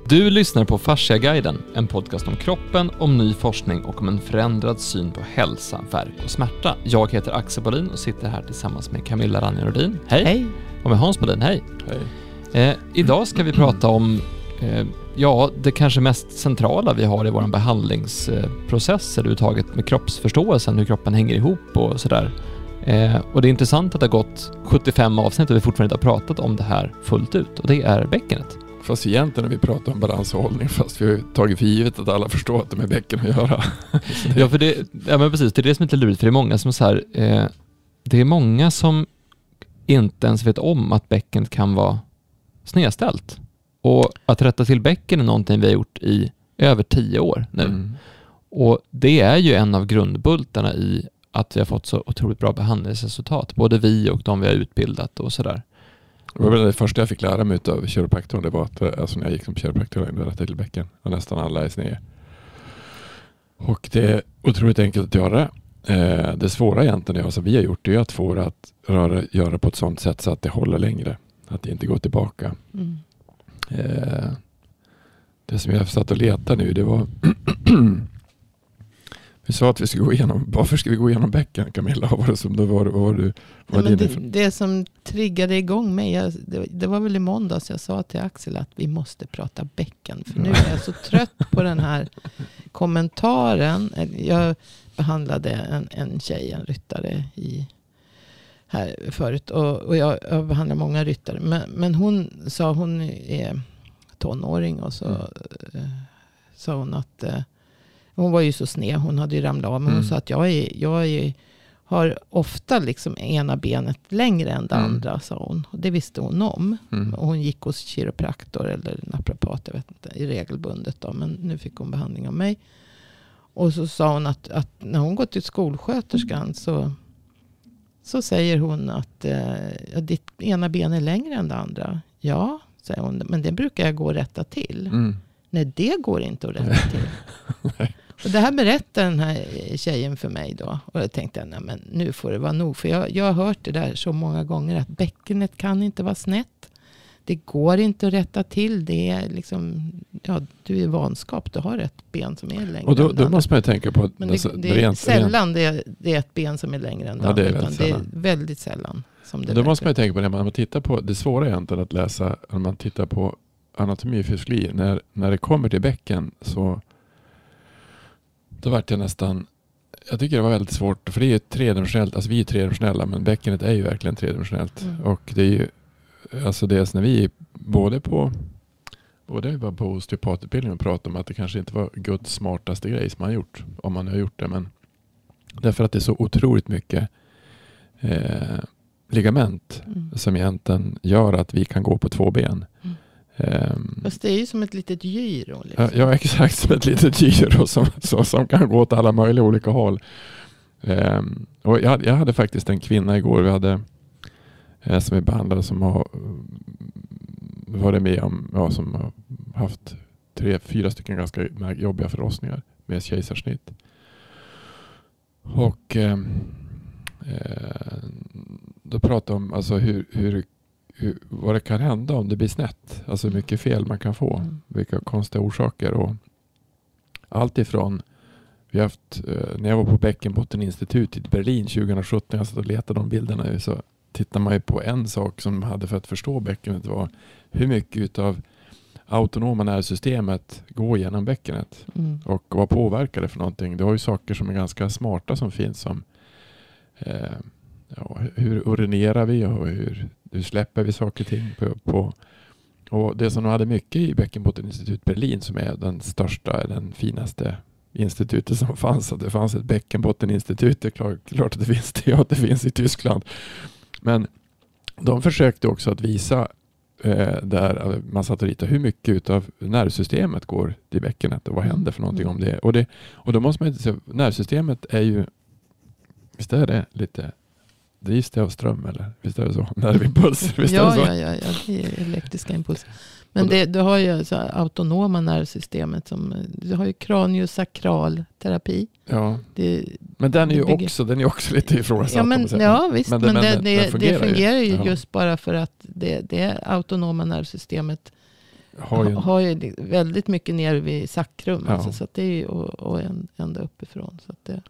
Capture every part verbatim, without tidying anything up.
Du lyssnar på Fasciaguiden, en podcast om kroppen, om ny forskning och om en förändrad syn på hälsa, värk och smärta. Jag heter Axel Bolin och sitter här tillsammans med Camilla Ranjerodin. Hej! Hej! Och med Hans Bolin, hej! Hej! Eh, idag ska vi prata om eh, ja, det kanske mest centrala vi har i vår behandlingsprocess överhuvudtaget med kroppsförståelsen, hur kroppen hänger ihop och sådär. Eh, och det är intressant att det har gått sjuttiofem avsnitt och vi fortfarande inte har pratat om det här fullt ut. Och det är bäckenet. Fast egentligen när vi pratar om balans och hållning, fast vi har tagit för givet att alla förstår att det med bäcken att göra. Ja, för det, ja, men precis, det är det som är lite lurigt, för det är många som så här, eh, det är många som inte ens vet om att bäckenet kan vara snedställt. Och att rätta till bäcken är någonting vi har gjort i över tio år nu. Mm. Och det är ju en av grundbultarna i att vi har fått så otroligt bra behandlingsresultat. Både vi och de vi har utbildat och sådär. Det var väl det första jag fick lära mig av kiropraktorn. Det var att alltså när jag gick som kiropraktor och rättade till bäcken. Och nästan alla är sned. Och det är otroligt enkelt att göra. Eh, det svåra egentligen, alltså vi har gjort, det är att få det att röra, göra på ett sådant sätt så att det håller längre. Att det inte går tillbaka. Mm. Eh, det som jag satt och letade nu, det var vi sa att vi skulle gå igenom, varför ska vi gå igenom bäcken, Camilla? Vad var det som då var, var du var Nej, men det, det som triggade igång mig, jag, det, det var väl i måndags jag sa till Axel att vi måste prata bäcken. För nu är jag så trött på den här kommentaren. Jag behandlade en, en tjej, en ryttare i, här förut. Och, och jag, jag behandlar många ryttare. Men, men hon sa, hon är tonåring och så mm. sa hon att hon var ju så sned, hon hade ju ramlat av. Men hon mm. sa att jag, är, jag är, har ofta liksom ena benet längre än det mm. andra, sa hon. Och det visste hon om. Mm. Och hon gick hos kiropraktor eller naprapat, jag vet inte, i regelbundet då. Men nu fick hon behandling av mig. Och så sa hon att, att när hon går till skolsköterskan så, så säger hon att eh, ditt ena ben är längre än det andra. Ja, säger hon, men det brukar jag gå och rätta till. Mm. Nej, det går inte att rätta till. Och det här berättar den här tjejen för mig då. Och jag tänkte, nej men nu får det vara nog. För jag, jag har hört det där så många gånger att bäckenet kan inte vara snett. Det går inte att rätta till. Det är liksom, ja, du är vanskap. Du har ett ben som är längre. Och då, då måste man ju tänka på... Men det, alltså, det är rent, sällan det är, det är ett ben som är längre än ja, det. Är utan det är väldigt sällan. Som det då måste man ju tänka på det. När man tittar på, det svåra egentligen att läsa, när man tittar på anatomi och fysiologi. När, när det kommer till bäcken så... Då var jag nästan, jag tycker det var väldigt svårt, för det är ju tredimensionellt, alltså vi är tredimensionella, men bäckenet är ju verkligen tredimensionellt. Mm. Och det är ju, alltså dels när vi både på, både var på osteopatutbildningen och pratade om att det kanske inte var Guds smartaste grej som man har gjort, om man har gjort det, men därför att det är så otroligt mycket eh, ligament mm. som egentligen gör att vi kan gå på två ben. Mm. Um, Fast det är ju som ett litet gyro. Liksom. Ja, exakt, som ett litet gyro som, som, som kan gå åt alla möjliga olika håll. Um, och jag, jag hade faktiskt en kvinna igår vi hade, eh, som vi behandlade som har varit med om, ja, som har haft tre, fyra stycken ganska jobbiga förlossningar med kejsarsnitt. Och eh, eh, då pratade om alltså, hur, hur Hur, vad det kan hända om det blir snett. Alltså hur mycket fel man kan få. Mm. Vilka konstiga orsaker. Och allt ifrån, vi har haft, eh, när jag var på Bäckenbotteninstitutet i Berlin tjugohundrasjutton, jag satt och letade de bilderna, så tittar man ju på en sak som de hade för att förstå bäckenet var hur mycket av autonoma nervsystemet går genom bäckenet. Mm. Och vad påverkar det för någonting? Det har ju saker som är ganska smarta som finns som eh, ja, hur urinerar vi och hur hur släpper vi saker och ting på, på. Och det som de hade mycket i Bäckenbotteninstitutet Berlin, som är den största, den finaste institutet som fanns, att det fanns ett Bäckenbotteninstitut, det är klart, klart att det finns det och att det finns i Tyskland. Men de försökte också att visa eh, där man satt och ritade hur mycket av nervsystemet går till bäckenet och vad händer för någonting om det. Och, det, och då måste man inte säga, nervsystemet är ju, visst är det lite drivs det av ström eller? Visst är det så? Nervimpulser? Visst ja, är det så? Ja, ja, ja, det är elektriska impulser. Men det, du har ju så här autonoma nervsystemet som, du har ju kraniosakral terapi. Ja. Det, men den är ju bygger... också, den är också lite ifrågasatt. Ja, men, ja visst, men, det, men det, det, det fungerar, det fungerar ju, ju just bara för att det, det autonoma nervsystemet har ju, en, har ju väldigt mycket ner vid sakrum. Ja. Alltså, så att det är ju och, och en, ända uppifrån. Så, att det,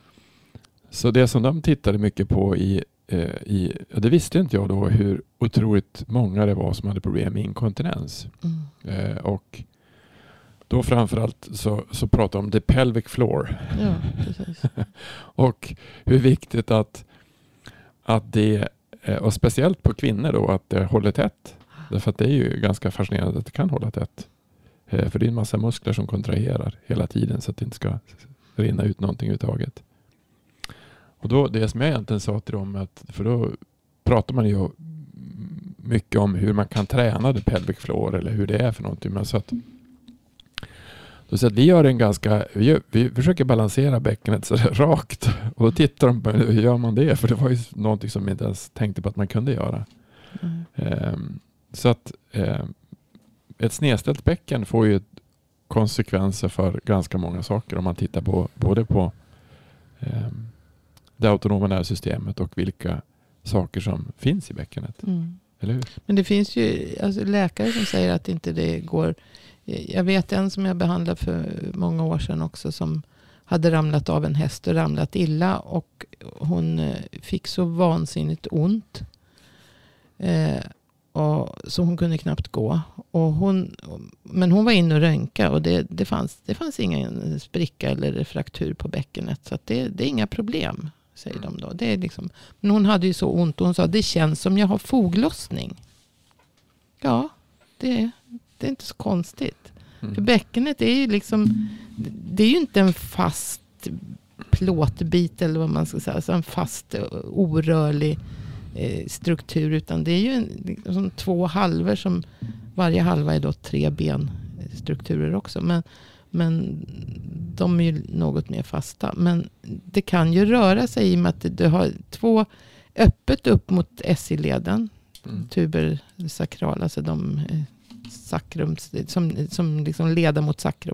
så det som de tittade mycket på i, eh, i, och det visste inte jag då, hur otroligt många det var som hade problem med inkontinens. mm. Eh, och då framförallt så, så pratar de om the pelvic floor. Ja, precis. Och hur viktigt att, att det, och speciellt på kvinnor då, att det håller tätt. Därför att det är ju ganska fascinerande att det kan hålla tätt. För det är en massa muskler som kontraherar hela tiden så att det inte ska rinna ut någonting överhuvudtaget. Och då, det som jag egentligen sa till dem, att, för då pratar man ju mycket om hur man kan träna det pelvic floor eller hur det är för någonting. Men så att, så att vi gör en ganska, vi, gör, vi försöker balansera bäckenet så det är rakt. Och då tittar de på hur gör man det? För det var ju någonting som vi inte ens tänkte på att man kunde göra. Mm. Um, så att um, ett snedställt bäcken får ju konsekvenser för ganska många saker om man tittar på både på um, det autonoma nervsystemet och vilka saker som finns i bäckenet. Mm. Eller hur? Men det finns ju alltså, läkare som säger att inte det går. Jag vet en som jag behandlade för många år sedan också som hade ramlat av en häst och ramlat illa och hon fick så vansinnigt ont. Eh, och, så hon kunde knappt gå. Och hon, men hon var inne och röntgade och det, det, fanns, det fanns ingen spricka eller fraktur på bäckenet. Så att det, det är inga problem, säger de då. Det är liksom, men hon hade ju så ont och hon sa det känns som jag har foglossning. Ja, det, det är inte så konstigt. Mm. För bäckenet är ju liksom, det är ju inte en fast plåtbit eller vad man ska säga, alltså en fast orörlig eh, struktur, utan det är ju en, liksom två halvor som varje halva är då tre benstrukturer också, men, men de är ju något mer fasta. Men det kan ju röra sig i och med att du har två öppet upp mot S I-leden, mm. tuber sakral, alltså de eh, sakrum som, som liksom leder mot sakrum.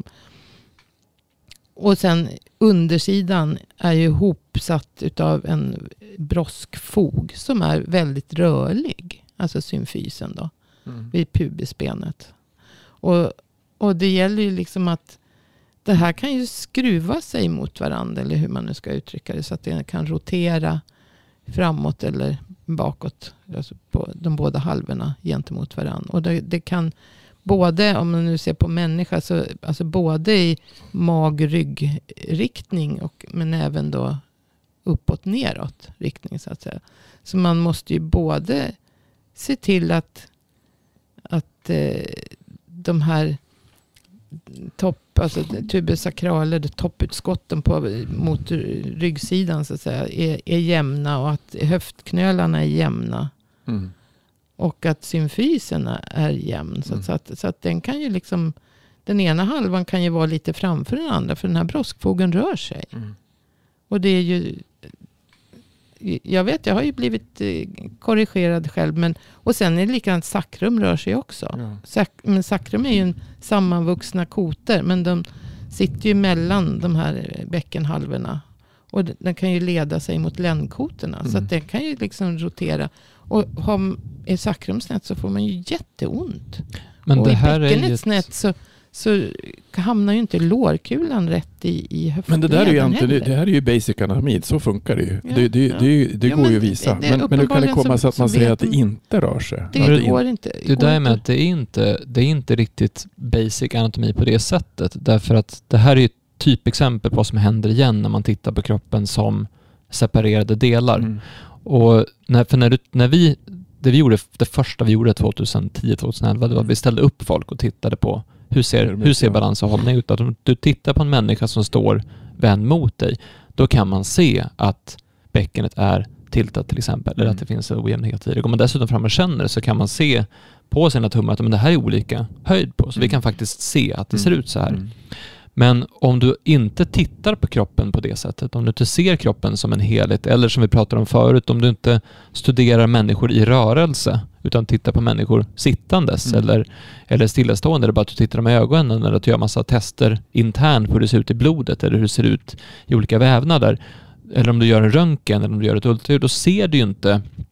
Och sen undersidan är ju ihopsatt utav en broskfog som är väldigt rörlig. Alltså symfysen då. Mm. Vid pubisbenet. Och, och det gäller ju liksom att det här kan ju skruva sig mot varandra, eller hur man nu ska uttrycka det, så att det kan rotera framåt eller bakåt, alltså på de båda halvorna gentemot varandra. Och det, det kan både, om man nu ser på människa, så alltså både i mag-rygg-riktning och men även då uppåt neråt riktning så att säga. Så man måste ju både se till att att eh, de här topp, alltså tubersakrala, topputskotten på, mot ryggsidan så att säga, är, är jämna och att höftknölarna är jämna. Mm. Och att symfyserna är jämn. Så, mm. så, att, så att den kan ju liksom, den ena halvan kan ju vara lite framför den andra, för den här broskfogen rör sig. Mm. Och det är ju, jag vet, jag har ju blivit eh, korrigerad själv, men och sen är det likadant, sakrum rör sig också. Ja. Sak, men sakrum är ju en sammanvuxna koter, men de sitter ju mellan de här bäckenhalvorna. Och den kan ju leda sig mot ländkotorna. Mm. Så att den kan ju liksom rotera. Och har, är sakrum snett så får man ju jätteont. Men och det här i bäckenet är ett... snett så, så hamnar ju inte lårkulan rätt i, i höftleden. Men det där är ju inte, det, det här är ju basic anatomi. Så funkar det ju. Ja, det, det, ja. det, det ja, går ju att visa. Det, det men, men hur kan det komma som, så att man säger att det inte rör sig? Det, det går inte. Det, det där med att det är inte, det är inte riktigt basic anatomi på det sättet. Därför att det här är ju typexempel på vad som händer igen när man tittar på kroppen som separerade delar. Mm. Och när, för när, du, när vi, det vi gjorde, det första vi gjorde tjugohundratio tjugoelva, det var att vi ställde upp folk och tittade på hur ser, hur ser balans och hållning ut. Att du tittar på en människa som står vänd mot dig, då kan man se att bäckenet är tiltat till exempel, eller mm. att det finns ojämnhet i det. Går man dessutom fram och känner, så kan man se på sina tummar att men det här är olika höjd på, så mm. vi kan faktiskt se att det ser ut så här. Mm. Men om du inte tittar på kroppen på det sättet, om du inte ser kroppen som en helhet, eller som vi pratade om förut, om du inte studerar människor i rörelse utan tittar på människor sittandes mm. eller, eller stillastående, eller bara att du tittar dem i ögonen, eller att du gör massa tester internt på hur det ser ut i blodet eller hur det ser ut i olika vävnader, eller om du gör en röntgen eller om du gör ett ultraljud, då ser du ju inte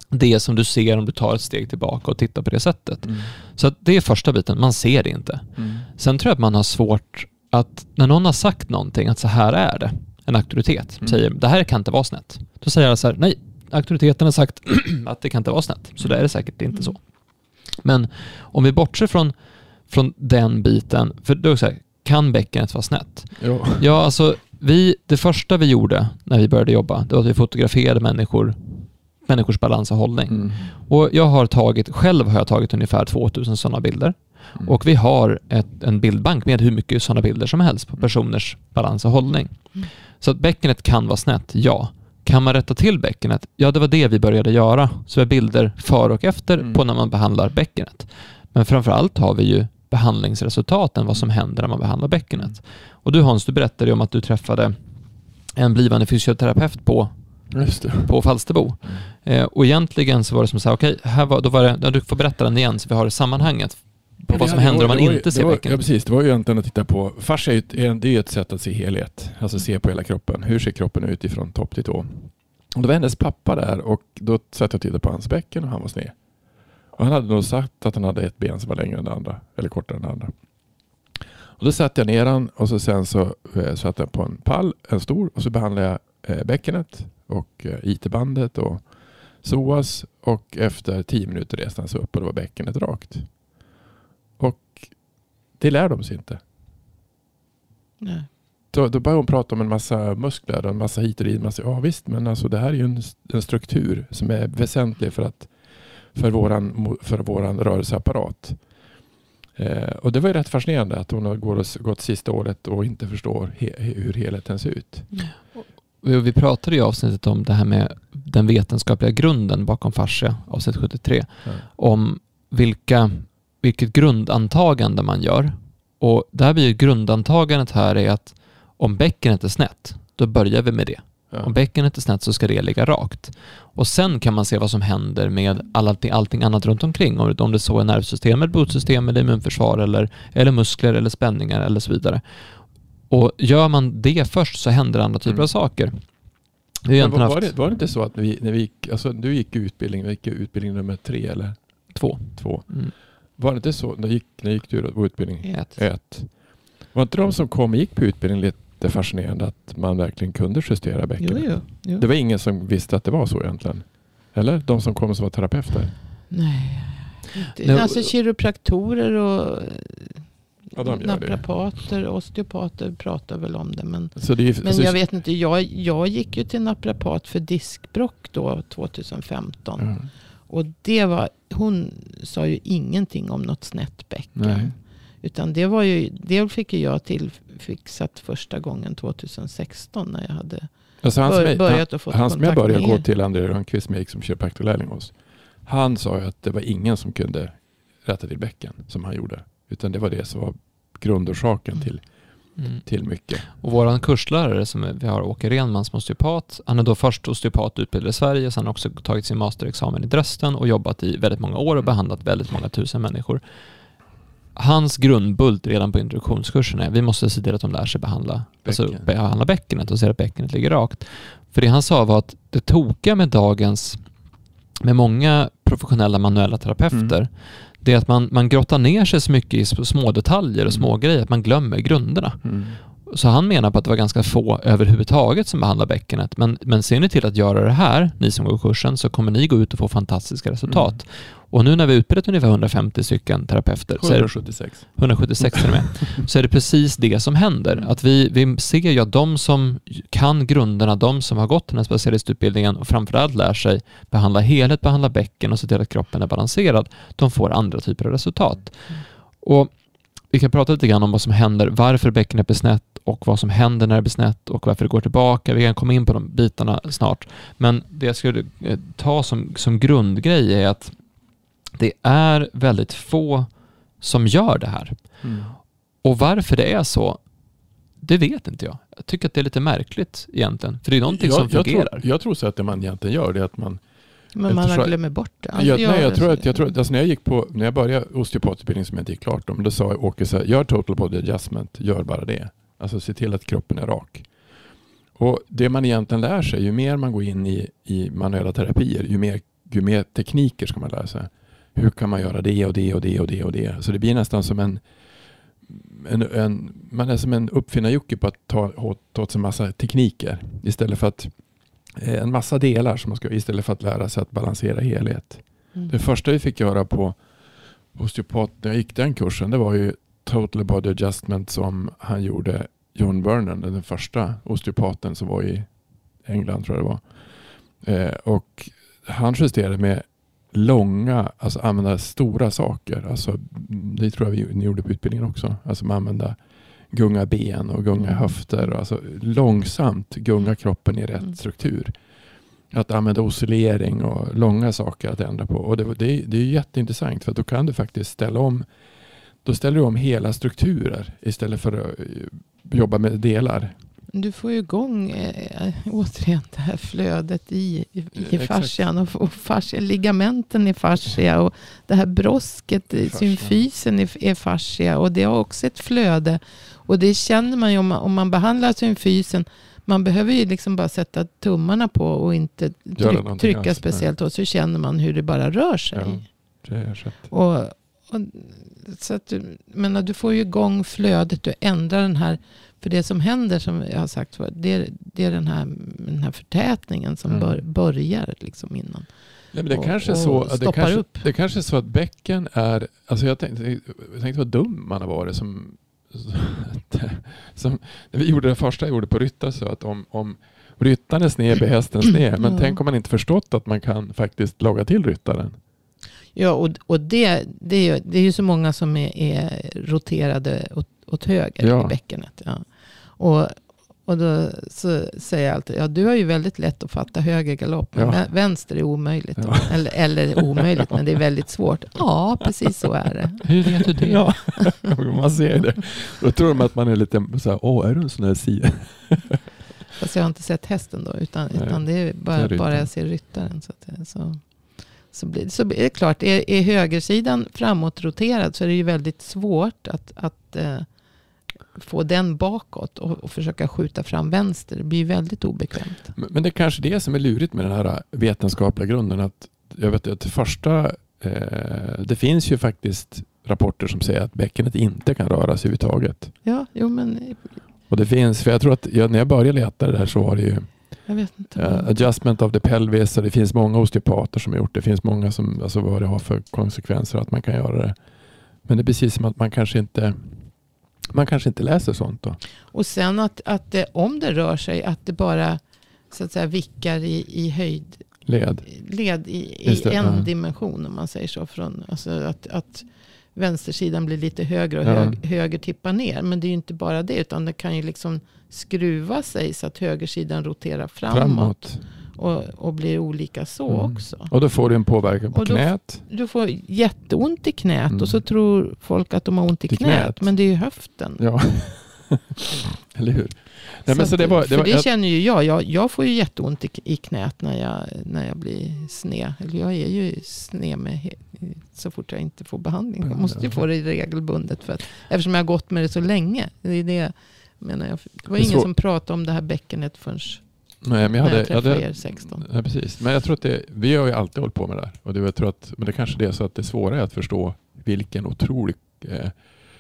det som du ser om du tar ett steg tillbaka och tittar på det sättet. Mm. Så att det är första biten, man ser det inte. Mm. Sen tror jag att man har svårt att, när någon har sagt någonting, att så här är det, en auktoritet mm. säger, det här kan inte vara snett. Då säger jag så här, nej, auktoriteten har sagt att det kan inte vara snett. Så det är det säkert inte så. Men om vi bortser från, från den biten, för då så här, kan bäckenet vara snett? Jo. Ja, alltså vi, det första vi gjorde när vi började jobba, det var att vi fotograferade människor, människors balans och hållning. Mm. Och jag har tagit, själv har jag tagit ungefär tvåtusen sådana bilder. Mm. Och vi har ett, en bildbank med hur mycket sådana bilder som helst på personers balans och hållning. Mm. Så att bäckenet kan vara snett, ja. Kan man rätta till bäckenet? Ja, det var det vi började göra. Så vi har bilder före och efter mm. på när man behandlar bäckenet. Men framförallt har vi ju behandlingsresultaten, vad som händer när man behandlar bäckenet. Och du Hans, du berättade om att du träffade en blivande fysioterapeut på, Just det. på Falsterbo. Mm. Eh, och egentligen så var det som så här, okej, okay, här var, då var det, ja, du får berätta den igen så vi har det sammanhanget på vad som ja, händer var, om man var, inte ser var, bäckenet. Ja, precis. Det var ju egentligen att titta på, fascia är ju, det är ju ett sätt att se helhet. Alltså se på hela kroppen. Hur ser kroppen ut ifrån topp till tå? Och då var hennes pappa där och då satt jag och tittade på hans bäcken och han var sned. Och han hade nog sagt att han hade ett ben som var längre än det andra. Eller kortare än det andra. Och då satte jag ner han och så sen så eh, satte jag på en pall, en stor. Och så behandlade jag eh, bäckenet och eh, I T-bandet och S O A S. Och efter tio minuter reste han sig upp och då var bäckenet rakt. Och det lär de sig inte. Nej. Då, då börjar hon prata om en massa muskler och en massa hit och dit. Massa, ja visst, men alltså det här är ju en, en struktur som är väsentlig för att för våran, för våran rörelseapparat. Eh, och det var ju rätt fascinerande att hon har gått, gått sista året och inte förstår he, hur helheten ser ut. Mm. Vi pratade i avsnittet om det här med den vetenskapliga grunden bakom fascia, avsnitt sjuttiotre. Mm. Om vilka, vilket grundantagande man gör. Och det här blir ju grundantagandet här är att om bäckenet är snett, då börjar vi med det. Ja. Om bäckenet är snett så ska det ligga rakt. Och sen kan man se vad som händer med allting, allting annat runt omkring. Om, om det så är nervsystem, eller blodsystem, eller immunförsvar, eller, eller muskler, eller spänningar, eller så vidare. Och gör man det först så händer andra typer mm. av saker. Det var, haft... var, det, var det inte så att vi, när vi gick, alltså, du gick utbildning, vi gick utbildning nummer tre eller? Två. Två. Mm. Var det inte så, när gick, när gick du på utbildning? Ett. Ett. Var inte de som kom och gick på utbildning lite det är fascinerande att man verkligen kunde justera bäckenet. Jo, jo, jo. Det var ingen som visste att det var så egentligen. Eller? De som kom som var terapeuter. Nej. Det, alltså kiropraktorer och ja, de naprapater, osteopater pratar väl om det. Men, så det är, men så jag vet inte. Jag, jag gick ju till naprapat för diskbråck då tjugohundrafemton. Mm. Och det var, hon sa ju ingenting om något snett bäcken. Nej. Utan det var ju, det fick ju jag tillfixat första gången tjugohundrasexton när jag hade alltså hans bör, med, börjat och fått hans kontakt med började med gå till André Rönnqvist som gick som kiropraktorlärling hos. Han sa ju att det var ingen som kunde rätta till bäcken som han gjorde. Utan det var det som var grundorsaken mm. till, mm. till mycket. Och våran kurslärare som vi har, Åke Renman som osteopat, han är då först osteopat utbildad i Sverige, sen har också tagit sin masterexamen i Dresden och jobbat i väldigt många år och behandlat väldigt många tusen människor. Hans grundbult redan på introduktionskursen är vi måste se till att de lär sig behandla, alltså behandla bäckenet och se att bäckenet ligger rakt. För det han sa var att det tokiga med dagens, med många professionella manuella terapeuter, mm. det är att man, man grottar ner sig så mycket i små detaljer och små mm. grejer att man glömmer grunderna. Mm. Så han menar på att det var ganska få överhuvudtaget som behandlar bäckenet. Men, men ser ni till att göra det här, ni som går kursen, så kommer ni gå ut och få fantastiska resultat. Mm. Och nu när vi utbildat ungefär hundrafemtio stycken terapeuter hundrasjuttiosex Så är det, hundrasjuttiosex till och med, så är det precis det som händer. Att vi, vi ser ju att de som kan grunderna, de som har gått den här specialistutbildningen och framförallt lär sig behandla helhet, behandla bäcken och se till att kroppen är balanserad, de får andra typer av resultat. Mm. Och vi kan prata lite grann om vad som händer, varför bäckenet blir snett och vad som händer när det blir snett och varför det går tillbaka. Vi kan komma in på de bitarna snart. Men det jag skulle ta som, som grundgrej är att det är väldigt få som gör det här. Mm. Och varför det är så, det vet inte jag. Jag tycker att det är lite märkligt egentligen. För det är någonting jag, som fungerar. Jag tror, jag tror så att det man egentligen gör det är att man Men man har glömt bort det. Alltså, jag, nej, jag tror att, jag tror att alltså när jag gick på, när jag började osteopatutbildning som jag inte gick klart då, men då sa Åke så här, gör total body adjustment, gör bara det. Alltså se till att kroppen är rak. Och det man egentligen lär sig, ju mer man går in i, i manuella terapier, ju mer gourmettekniker ska man lära sig. Hur kan man göra det och det och det och det och det. Så det blir nästan som en, en, en man är som en uppfinnarjocke på att ta, ta åt sig en massa tekniker istället för att en massa delar som man ska, istället för att lära sig att balansera helhet. Mm. Det första vi fick göra på osteopat när jag gick den kursen, det var ju total body adjustment som han gjorde, John Vernon, den första osteopaten som var i England tror jag det var. Eh, och han justerade med långa, alltså använda stora saker. Alltså, det tror jag vi ni gjorde på utbildningen också. Alltså man använda gunga ben och gunga mm. höfter. Och alltså långsamt gunga kroppen i rätt mm. struktur. Att använda oscillering och långa saker att ändra på. Och det, det, det är jätteintressant för att då kan du faktiskt ställa om. Då ställer du om hela strukturer istället för att jobba med delar. Du får ju igång äh, återigen det här flödet i, i, i fascian och, och fascia, ligamenten i fascia och det här brosket, symfysen är, är fascia och det har också ett flöde och det känner man ju om man, om man behandlar symfysen. Man behöver ju liksom bara sätta tummarna på och inte tryck, trycka alls, speciellt och så känner man hur det bara rör sig. Ja, det är rätt. Och, och, så att du, men du får ju igång flödet, du ändrar den här. För det som händer, som jag har sagt för, det är, det är den, här, den här förtätningen som mm. bör, börjar liksom innan. Nej, men det och, kanske och så, det kanske, upp. Det kanske är så att bäcken är, alltså jag tänkte, jag tänkte vad dum man har varit som, som när vi gjorde det första jag gjorde på ryttar så att om, om ryttaren är sned blir hästen sned, men mm. tänk om man inte förstått att man kan faktiskt laga till ryttaren. Ja, och, och det, det, är ju, det är ju så många som är, är roterade åt, åt höger ja. i bäckenet. Ja. Och, och då så säger jag alltid, ja du har ju väldigt lätt att fatta höger galopp, men ja. vänster är omöjligt. Ja. Eller, eller omöjligt, ja. men det är väldigt svårt. Ja, precis så är det. Hur vet du det? Ja, man ser det. Då tror de att man är lite så här, åh, är du en sån här sida? Fast jag har inte sett hästen då, utan, utan det är bara, det är bara jag ser ryttaren. Så att det, så. Så blir, så blir det klart, är, är högersidan framåtroterad så är det ju väldigt svårt att, att eh, få den bakåt och, och försöka skjuta fram vänster. Det blir väldigt obekvämt. Men, men det är kanske det som är lurigt med den här vetenskapliga grunden. Att jag vet att det första, eh, det finns ju faktiskt rapporter som säger att bäckenet inte kan röra sig överhuvudtaget. Ja, jo men... Och det finns, för jag tror att jag, när jag började leta där så var det ju Jag vet inte. Uh, adjustment of the pelvis, och det finns många osteopater som har gjort det. Det finns många som, alltså vad det har för konsekvenser att man kan göra det. Men det är precis som att man kanske inte man kanske inte läser sånt då. Och sen att, att det, om det rör sig, att det bara så att säga vickar i, i höjd led, led i, i en ja. dimension om man säger så. Från, alltså att, att vänstersidan blir lite högre och ja. hög, höger tippar ner. Men det är ju inte bara det, utan det kan ju liksom skruva sig så att högersidan roterar framåt. framåt. Och, och blir olika så mm. också. Och då får du en påverkan på och då, knät. Du får jätteont i knät mm. och så tror folk att de har ont i knät, knät. Men det är ju höften. Ja, eller hur? Nej, så men så det var, det för var, det jag... känner ju jag. jag. Jag får ju jätteont i, i knät när jag, när jag blir sned. Eller jag är ju sned med så fort jag inte får behandling. Jag måste ju få det regelbundet. För att, eftersom jag har gått med det så länge. Det, är det, menar jag, det var ingen så... som pratade om det här bäckenet förrän Nej, men jag hade, jag träffade jag hade, er sexton. Ja, precis. Men jag tror att det, vi har ju alltid hållit på med det där. Och det, jag tror att, men det kanske det är så att det är svårare att förstå vilken otrolig eh,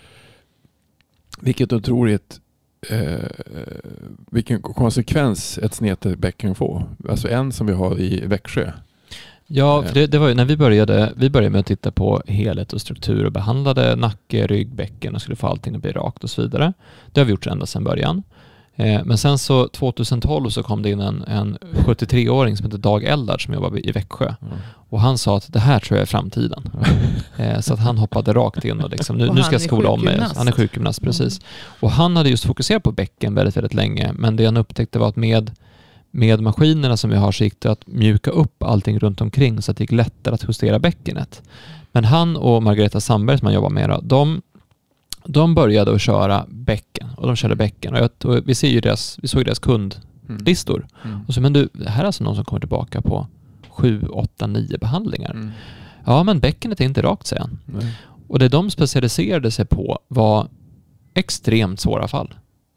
vilket otroligt eh, vilken konsekvens ett snedbäcken får. Alltså en som vi har i Växjö. Ja, för det, det var ju när vi började, vi började med att titta på helhet och struktur och behandlade nacke, rygg, bäcken och skulle få allting att bli rakt och så vidare. Det har vi gjort ända sedan början. Eh, men sen så tjugohundratolv så kom det in en, en sjuttiotre-åring som heter Dag Eldard som jobbar i Växjö. Mm. Och han sa att det här tror jag är framtiden. eh, så att han hoppade rakt in och liksom, nu, och nu ska jag skola om mig. Han är sjukgymnast, precis. Mm. Och han hade just fokuserat på bäcken väldigt, väldigt länge. Men det han upptäckte var att med med maskinerna som vi har så gick det att mjuka upp allting runt omkring så att det gick lättare att justera bäckenet. Men han och Margareta Sandberg som han jobbar med, de, de började att köra bäcken och de körde bäcken. Och, jag, och vi, ser ju deras, vi såg deras kundlistor. Mm. Mm. Och så, men du, det här är alltså någon som kommer tillbaka på sju, åtta, nio behandlingar. Mm. Ja, men bäckenet är inte rakt, säger han. Mm. Och det de specialiserade sig på var extremt svåra fall.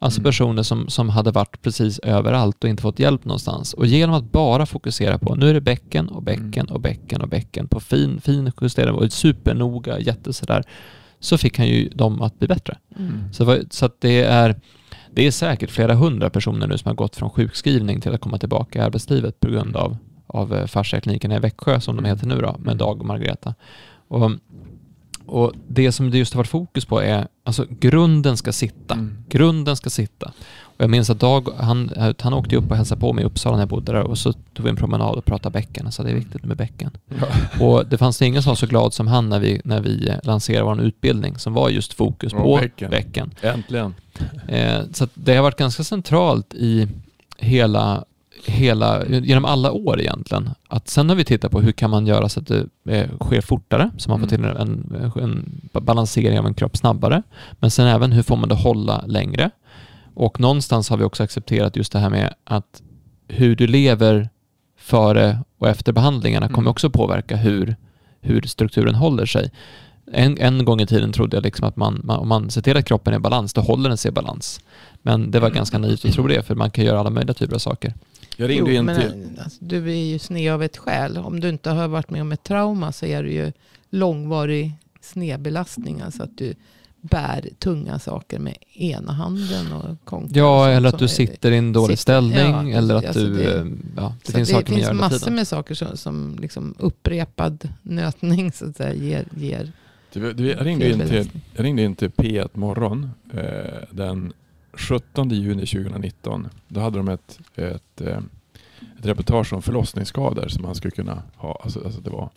Alltså Mm. personer som, som hade varit precis överallt och inte fått hjälp någonstans. Och genom att bara fokusera på, nu är det bäcken och bäcken Mm. och bäcken och bäcken på fin, fin justering och supernoga, jätte sådär, så fick han ju dem att bli bättre. Mm. Så, vad- så att det är, det är säkert flera hundra personer nu som har gått från sjukskrivning till att komma tillbaka i arbetslivet på grund av, av eh, fasciakliniken i Växjö som de heter nu då, med Dag och Margareta. Och, och det som det just har varit fokus på är, alltså grunden ska sitta. Mm. Grunden ska sitta. Och jag minns att Dag, han, han åkte upp och hälsade på mig i Uppsala när jag bodde där och så tog vi en promenad och pratade bäcken. Så det är viktigt med bäcken. Ja. Och det fanns ingen som var så glad som han när vi, när vi eh, lanserade vår utbildning som var just fokus Och på bäcken. bäcken. Äntligen. Eh, så att det har varit ganska centralt i hela, hela, genom alla år egentligen. Att sen har vi tittat på hur kan man göra så att det eh, sker fortare, så man får till en, en, en balansering av en kropp snabbare. Men sen även hur får man det hålla längre. Och någonstans har vi också accepterat just det här med att hur du lever före och efter behandlingarna kommer Mm. också påverka hur, hur strukturen håller sig. En, en gång i tiden trodde jag liksom att man, man, om man ser till att kroppen är i balans, då håller den sig i balans. Men det var ganska naivt att tro det, för man kan göra alla möjliga typer av saker. Jag ringde Jo, in men, till... alltså, du är ju sned av ett skäl. Om du inte har varit med om ett trauma så är det ju långvarig snedbelastning. Alltså att du bär tunga saker med ena handen och konkar. och Ja, sånt eller att som du är- sitter i en dålig sitter- ställning, ja, eller att alltså du... det- eh, ja, det så finns det saker man finns gör hela massor tiden. med saker som, som liksom upprepad nötning så att säga ger... ger Du, du, jag, ringde in till felbelastning. jag ringde in till P ett morgon eh, den sjuttonde juni tjugonitton. Då hade de ett, ett, eh, ett reportage om förlossningsskador som man skulle kunna ha. Alltså, alltså det var.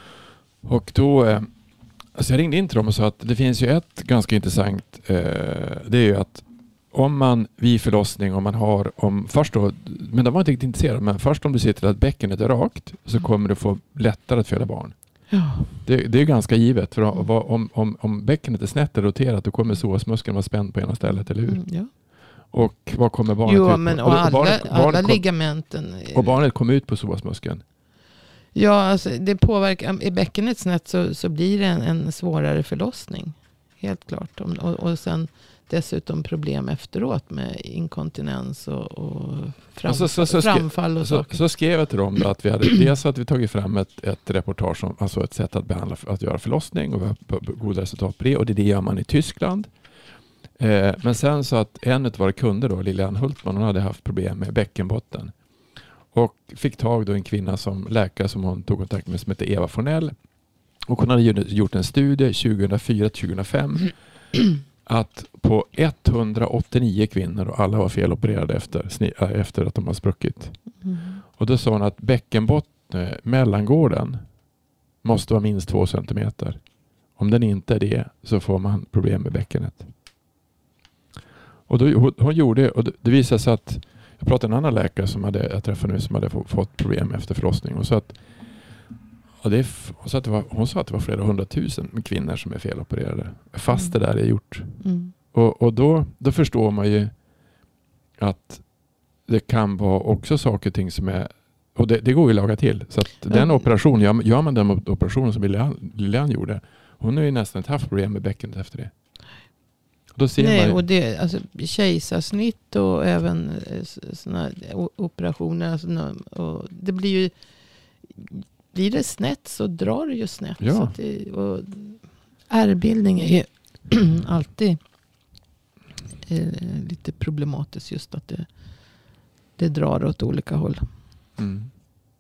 Och då... Eh, alltså jag ringde in till dem och sa att det finns ju ett ganska intressant... Eh, det är ju att om man vid förlossning, om man har... Om, först då, men de var inte riktigt intresserade, men först om du ser till att bäckenet är rakt så kommer du få lättare att föda barn. Ja. Det, det är ganska givet. För om, om, om bäckenet är snett eller roterat då kommer psoasmuskeln vara spänd på ena stället, eller hur? Mm, ja. Och vad kommer barnet Jo, ut på? men och Och alla, barnet, alla barnet kom, ligamenten. och barnet kom ut på psoasmuskeln. Ja, alltså det påverkar. I bäckenet snett så, så blir det en, en svårare förlossning. Helt klart. Och, och, och sen dessutom problem efteråt med inkontinens och, och fram, Alltså, så- så ska- framfall och Så, saker. så skrev jag till dem då att vi hade dels att vi tagit fram ett, ett reportage om alltså ett sätt att behandla, att göra förlossning och vi har p- p- goda resultat på det. Och det, det gör man i Tyskland. Eh, men sen så att en av våra kunder då, Lilian Hultman, hon hade haft problem med bäckenbotten. Och fick tag då en kvinna som läkare som hon tog kontakt med som heter Eva Fornell. Och hon hade ju gjort en studie tjugohundrafyra till tjugohundrafem att på etthundraåttionio kvinnor och alla var felopererade efter, sni- äh, efter att de har spruckit. Mm. Och då sa hon att bäckenbotten, eh, mellangården måste vara minst två centimeter. Om den inte är det så får man problem med bäckenet. Och då, hon, hon gjorde det och det, det visade sig att jag pratade med en annan läkare som hade, jag träffade nu som hade få, fått problem efter förlossning och så att, och det, är f- hon, sa att det var, hon sa att det var flera hundratusen kvinnor som är felopererade fast Mm. det där är gjort. Mm. Och, och då, då förstår man ju att det kan vara också saker och ting som är... Och det, det går ju att laga till. Så att den Mm. operationen, gör, gör man den operationen som Lilian, Lilian gjorde, hon har ju nästan inte haft problem med bäckenet efter det. Då ser Nej, man ju, och det, alltså, kejsarsnitt och även sådana operationer. Alltså, nå- och det blir ju... Blir det snett så drar det ju snett. Ja. Så att det, och ärrbildning är ju alltid eh, lite problematiskt just att det, det drar åt olika håll. mm,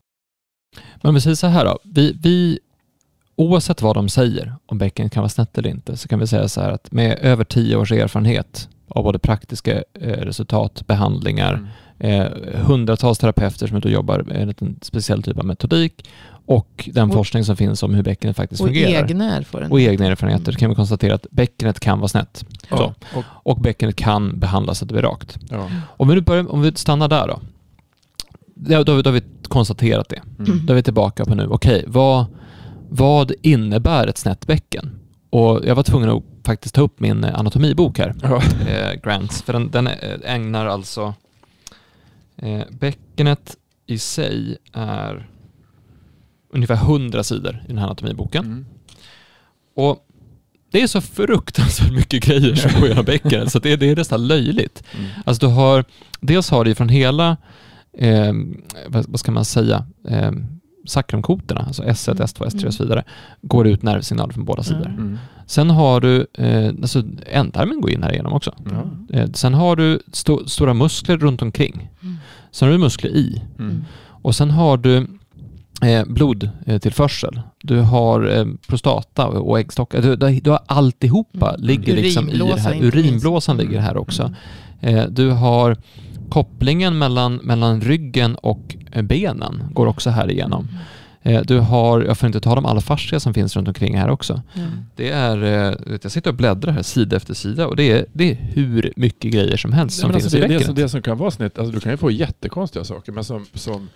Men precis så här då. Vi, vi, oavsett vad de säger om bäcken kan vara snett eller inte, så kan vi säga så här att med över tio års erfarenhet av både praktiska eh, resultat, behandlingar, mm. eh, hundratals terapeuter som är ute och jobbar med en speciell typ av metodik och den Och- forskning som finns om hur bäckenet faktiskt Och fungerar. egna erfarenheter. Och egna erfarenheter kan vi konstatera att bäckenet kan vara snett. Ja, Så. och, Och bäckenet kan behandlas så att det blir rakt. ja, Om vi, nu börjar, om vi stannar där då. Då, då, har vi- då har vi konstaterat det. mm. Då är vi tillbaka på nu. Okej, vad, vad innebär ett snett bäcken? Och jag var tvungen att faktiskt ta upp min anatomibok här. ja. Eh, Grants. För den, den eh, ägnar alltså... Eh, bäckenet i sig är ungefär hundra sidor i den här anatomiboken. Mm. Och det är så fruktansvärt mycket grejer som går genom bäckenet så att det, det är nästan löjligt. Mm. Alltså du har, dels har du från hela, eh, vad, vad ska man säga, eh, sakrumkotorna, alltså S ett, S två, S tre och så vidare, går ut nervsignaler från båda sidor. Mm. Sen har du, eh, alltså ändtarmen går in här igenom också. Mm. Eh, sen har du sto, stora muskler runt omkring. Mm. Sen har du muskler i. Mm. Och sen har du eh, blodtillförsel. Du har eh, prostata och äggstockar. Du, du, du har alltihopa mm. ligger liksom i det här. Urinblåsan mm. ligger här också. Eh, du har kopplingen mellan, mellan ryggen och benen går också här igenom. Eh, du har, jag får inte ta de alla fascia som finns runt omkring här också. Mm. Det är, eh, jag sitter och bläddrar här sida efter sida och det är, det är hur mycket grejer som helst som men finns alltså i det, bäckenet. Det, som, det som kan vara snett, alltså du kan ju få jättekonstiga saker, men som, som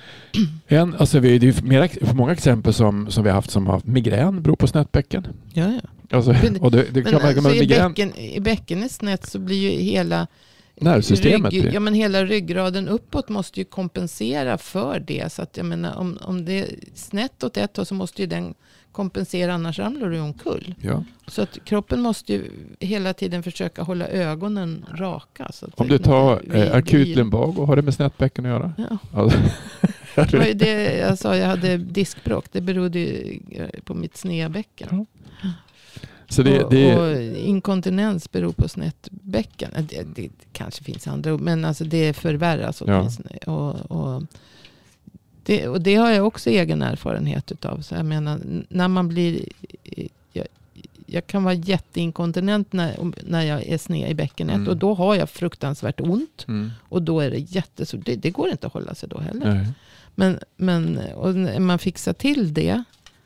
en, alltså vi, det är mera, för många exempel som, som vi har haft som har migrän beror på snett bäcken. Ja, ja. Alltså, men, och det, det kan men man, alltså, man, i, bäcken, i bäckenet snett så blir ju hela nervsystemet. Rygg, ja, men hela ryggraden uppåt måste ju kompensera för det. Så att jag menar, om, om det är snett åt ett håll så måste ju den kompensera, annars ramlar du omkull. Ja. Så att kroppen måste ju hela tiden försöka hålla ögonen raka. Så att om du tar eh, akut lumbago, har det med snett bäcken att göra? Ja. Alltså. Det var ju det jag sa, jag hade diskbråck. Det berodde ju på mitt sneda bäcken. Ja. Så det, och, det... och inkontinens beror på snett bäcken. Det, det kanske finns andra ord, men alltså det förvärras åtminstone. Ja. Och, och, det, och det har jag också egen erfarenhet utav. Så jag menar, när man blir... Jag, jag kan vara jätteinkontinent när, när jag är sned i bäckenet. Mm. Och då har jag fruktansvärt ont. Mm. Och då är det jättesvårt. Det, det går inte att hålla sig då heller. Nej. Men, men och när man fixar till det,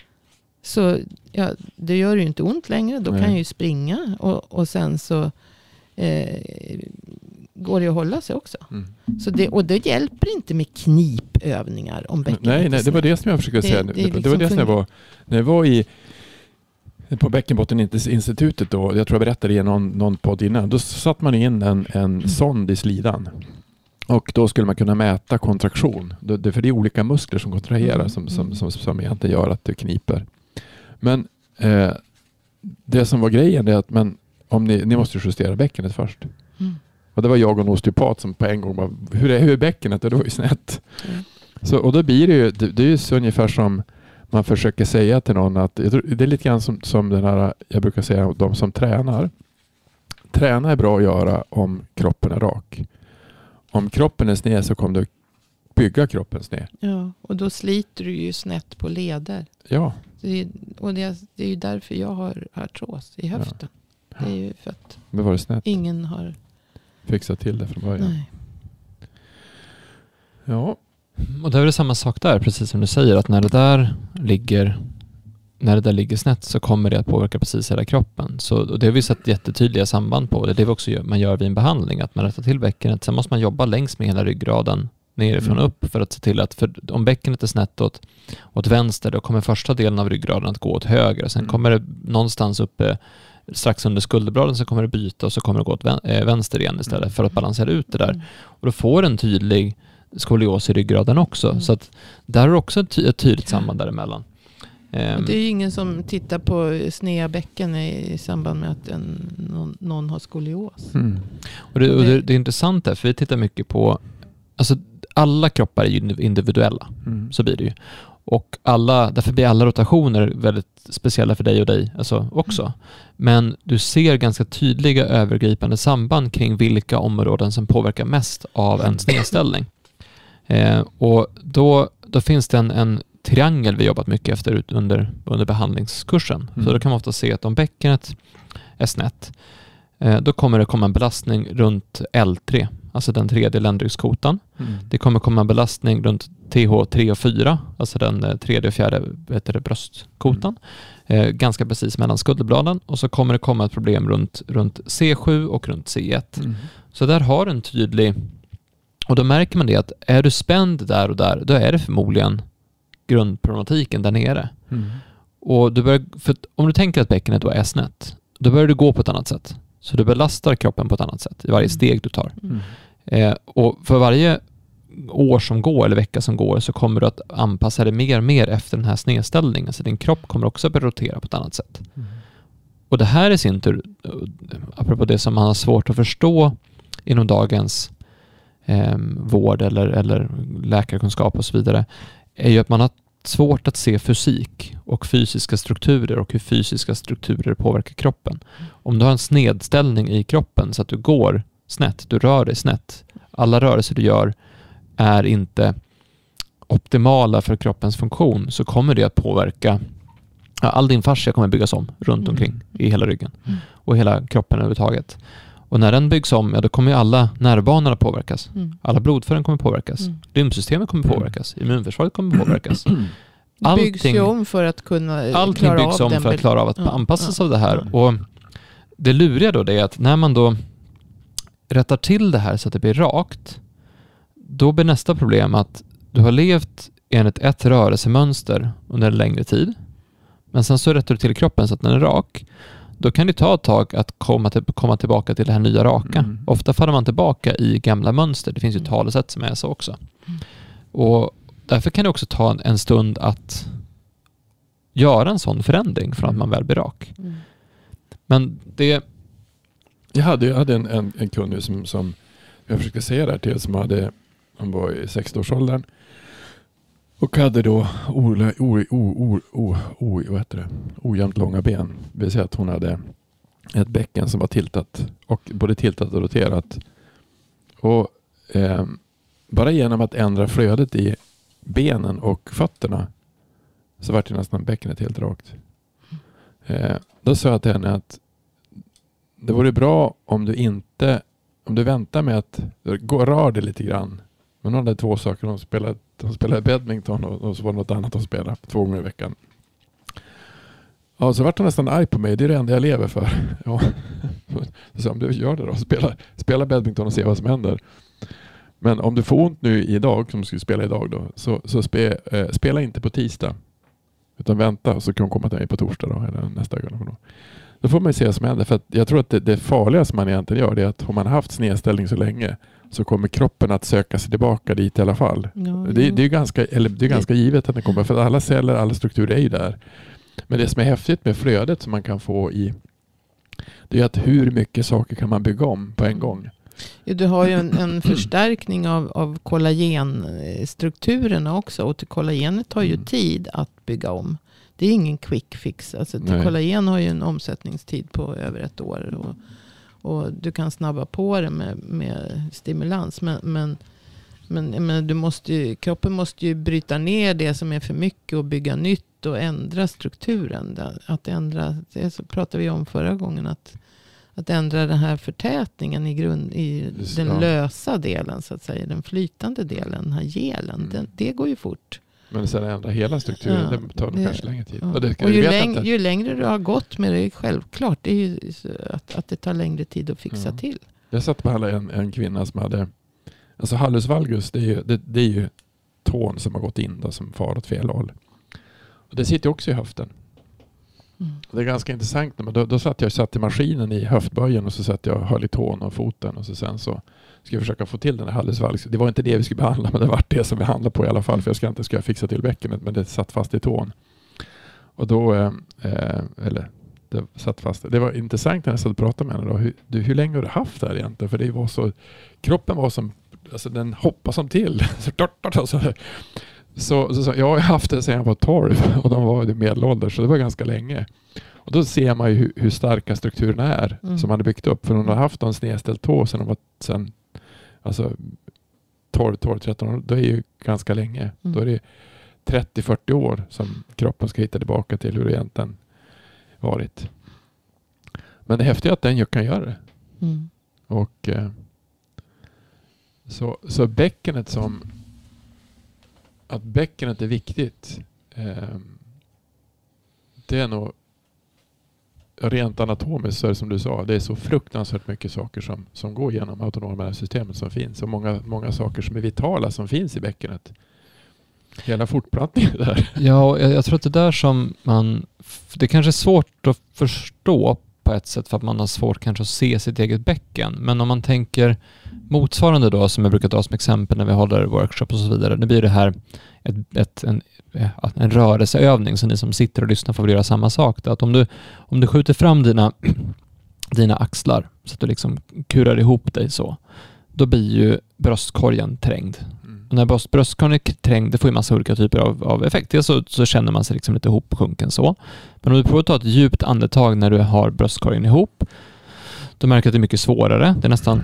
så ja, det gör ju inte ont längre. Då Nej. Kan jag ju springa. Och, och sen så eh, går det att hålla sig också. Mm. Så det, och det hjälper inte med knipövningar om bäckenet. Nej, nej, det var det som jag försökte säga. Det, det, liksom det var det som jag var, när jag var i på Bäckenbotteninstitutet då, jag tror jag berättade i någon, någon podd innan, då satt man in en, en mm. sond i slidan. Och då skulle man kunna mäta kontraktion. Det, för det är olika muskler som kontraherar mm. som, som, som, som egentligen gör att det kniper. Men eh, det som var grejen är att men, om ni, ni måste justera bäckenet först. Mm. Och det var jag och en osteopat som på en gång bara, hur är, hur är bäckenet? Och det var ju snett. Mm. Så, och då blir det ju, det, det är ju så ungefär som man försöker säga till någon att, det är lite grann som, som den här, jag brukar säga, de som tränar. Träna är bra att göra om kroppen är rak. Om kroppen är sned så kommer du bygga kroppen sned. Ja, och då sliter du ju snett på leder. Ja. Det är, och det är, det är ju därför jag har artros i höften. Ja. Det är ju för att men var det snett? Ingen har fixat till det från början. Nej. Ja. Och det är det samma sak där, precis som du säger, att när det där ligger när det där ligger snett så kommer det att påverka precis hela kroppen. Så, och det har vi sett jättetydliga samband på. Det är det vi också gör, man gör vid en behandling, att man rättar till bäckenet. Sen måste man jobba längs med hela ryggraden nerifrån mm. upp för att se till att, för om bäckenet är snett åt, åt vänster, då kommer första delen av ryggraden att gå åt höger. Sen mm. kommer det någonstans uppe strax under skulderbladen, så kommer det byta och så kommer det gå åt vänster igen istället mm. för att balansera ut det där. Mm. Och då får en tydlig skolios i ryggraden också. Mm. Så att där är också ett, ty- ett tydligt samband däremellan. Um, det är ju ingen som tittar på sneda bäcken i, i samband med att en, någon, någon har skolios. Mm. Och, det, och det, det är intressant där, för vi tittar mycket på, alltså alla kroppar är ju individuella, mm. så blir det ju. Och alla, därför blir alla rotationer väldigt speciella för dig och dig alltså också. Mm. Men du ser ganska tydliga övergripande samband kring vilka områden som påverkar mest av en snedställning. Eh, och då, då finns det en, en triangel vi jobbat mycket efter under, under behandlingskursen. Mm. Så då kan man ofta se att om bäckenet är snett, eh, då kommer det komma en belastning runt L tre, alltså den tredje ländrygskotan. Mm. Det kommer komma en belastning runt T H tre och fyra, alltså den eh, tredje och fjärde heter det, bröstkotan. Mm. Eh, ganska precis mellan skulderbladen. Och så kommer det komma ett problem runt, runt C sju och runt C ett. Mm. Så där har en tydlig... Och då märker man det att är du spänd där och där, då är det förmodligen grundproblematiken där nere. Mm. Och du börjar, för om du tänker att bäckenet då är snett, då börjar du gå på ett annat sätt. Så du belastar kroppen på ett annat sätt i varje steg du tar. Mm. Eh, och för varje år som går eller vecka som går så kommer du att anpassa dig mer och mer efter den här snedställningen. Så din kropp kommer också att börja rotera på ett annat sätt. Mm. Och det här i sin tur, apropå det som man har svårt att förstå inom dagens eh, vård eller, eller läkarkunskap och så vidare, är ju att man har svårt att se fysik och fysiska strukturer och hur fysiska strukturer påverkar kroppen. Om du har en snedställning i kroppen så att du går snett, du rör dig snett, alla rörelser du gör är inte optimala för kroppens funktion, så kommer det att påverka, ja, all din fascia kommer byggas om runt Mm. omkring i hela ryggen Mm. och hela kroppen överhuvudtaget. Och när den byggs om, ja, då kommer ju alla nervbanorna påverkas. Mm. Alla blodfören kommer påverkas. Mm. Lymfsystemet kommer påverkas. Immunförsvaret kommer påverkas. Byggs ju om för att kunna eh, Allting klara byggs av om den för att bel- klara av att Ja, anpassas ja, av det här. ja. Och det luriga då det är att när man då rättar till det här så att det blir rakt, då blir nästa problem att du har levt enligt ett rörelsemönster under en längre tid, men sen så rättar du till kroppen så att den är rak. Då kan det ta ett tag att komma, till, komma tillbaka till det här nya raka. Mm. Ofta faller man tillbaka i gamla mönster. Det finns ju Mm. talesätt som är så också. Mm. Och därför kan det också ta en, en stund att göra en sån förändring från att man väl blir rak. Mm. Men det... Jag hade, jag hade en, en, en kund nu som, som jag försökte säga där till, som hade, han var i sextioårsåldern och hade då o, o, o, o, o, vad heter det? ojämnt långa ben. Det vill säga att hon hade ett bäcken som var tiltat, och både tiltat och roterat. Och eh, bara genom att ändra flödet i benen och fötterna så var det nästan bäckenet helt rakt. Eh, då sa jag till henne att det vore bra om du inte, om du väntar med att gå rör det lite grann. Men hon hade två saker. Hon spelade, hon spelade badminton och, och så var det något annat hon spelade två gånger i veckan. Ja, så vart hon nästan arg på mig. Det är det enda jag lever för. Ja. Så om du gör det då, spela, spela badminton och se vad som händer. Men om du får ont nu idag, som du skulle spela idag då, så, så spe, eh, spela inte på tisdag. Utan vänta, så kan hon komma till mig på torsdag då, eller nästa gång. Då. Då får man ju se vad som händer. För att jag tror att det, det farliga som man egentligen gör, det är att om man har haft snedställning så länge, så kommer kroppen att söka sig tillbaka dit i alla fall. Ja, Det, jo. det är ju ganska, eller det är ganska givet att det kommer, för alla celler, alla strukturer är ju där. Men det som är häftigt med flödet som man kan få i, det är att hur mycket saker kan man bygga om på en gång. Jo, du har ju en, en förstärkning av, av kollagenstrukturerna också. Och till kollagenet tar ju Mm. tid att bygga om. Det är ingen quick fix. Alltså, till Nej. kollagen har ju en omsättningstid på över ett år. Och, och du kan snabba på det med, med stimulans. Men, men, men, men du måste ju, kroppen måste ju bryta ner det som är för mycket och bygga nytt och ändra strukturen. Att ändra, det så pratade vi om förra gången, att Att ändra den här förtätningen i, grund, i Just, den ja. lösa delen, så att säga. Den flytande delen, den här gelen. Mm. Den, det går ju fort. Men sen ändra hela strukturen, Ja, det tar nog det- kanske längre tid. Ja. Och, det, Och ju, vet läng, inte. ju längre du har gått med det, självklart, det är ju så att, att det tar längre tid att fixa Ja. till. Jag satt behandlade en, en kvinna som hade, alltså hallus valgus, det är ju, det, det är ju tån som har gått in då, som far åt fel håll. Och det sitter ju också i höften. Mm. Och det är ganska intressant. Men då, då satt jag satt i maskinen i höftböjen och så satt jag och höll i tån och foten och så sen så ska jag försöka få till den här hallus valgus. Det var inte det vi skulle behandla, men det var det som vi handlade på i alla fall, för jag ska inte ska jag fixa till bäckenet, men det satt fast i tån. Och då, eh, eh, eller det satt fast. Det var intressant när jag satt och pratade med henne då. Hur, du, hur länge har du haft det här egentligen? För det var så, kroppen var som, alltså den hoppade som till. Så, så, så, så, så jag har haft det sedan jag var tolv och de var i medelålders, så det var ganska länge. Och då ser man ju hur, hur starka strukturerna är Mm. som man hade byggt upp. För hon har haft en snedställd tå sedan de var sen, alltså tolv, tolv, tretton år. Då är ju ganska länge. Mm. Då är det trettio till fyrtio år som kroppen ska hitta tillbaka till hur det egentligen varit. Men det häftiga är att den ju kan göra det. Mm. Och eh, så, så bäckenet som att bäckenet är viktigt, eh, det är nog rent anatomiskt, så är det som du sa, det är så fruktansvärt mycket saker som, som går genom autonoma systemet som finns, och många, många saker som är vitala som finns i bäckenet. Hela fortplantningen där. Ja, och jag, jag tror att det där som man... Det kanske är svårt att förstå på på ett sätt för att man har svårt kanske att se sitt eget bäcken. Men om man tänker motsvarande då, som jag brukar dra som exempel när vi håller workshops och så vidare, nu blir det här ett, ett, en, en rörelseövning, så ni som sitter och lyssnar får göra samma sak. Att om du, om du skjuter fram dina, dina axlar så att du liksom kurar ihop dig så, då blir ju bröstkorgen trängd. Mm. Och när bröst, bröstkorgen är trängd, det får ju massa olika typer av, av effekter, så, så känner man sig liksom lite ihopsjunken så. Men om du provar att ta ett djupt andetag när du har bröstkorgen ihop, då märker du att det är mycket svårare. Det är nästan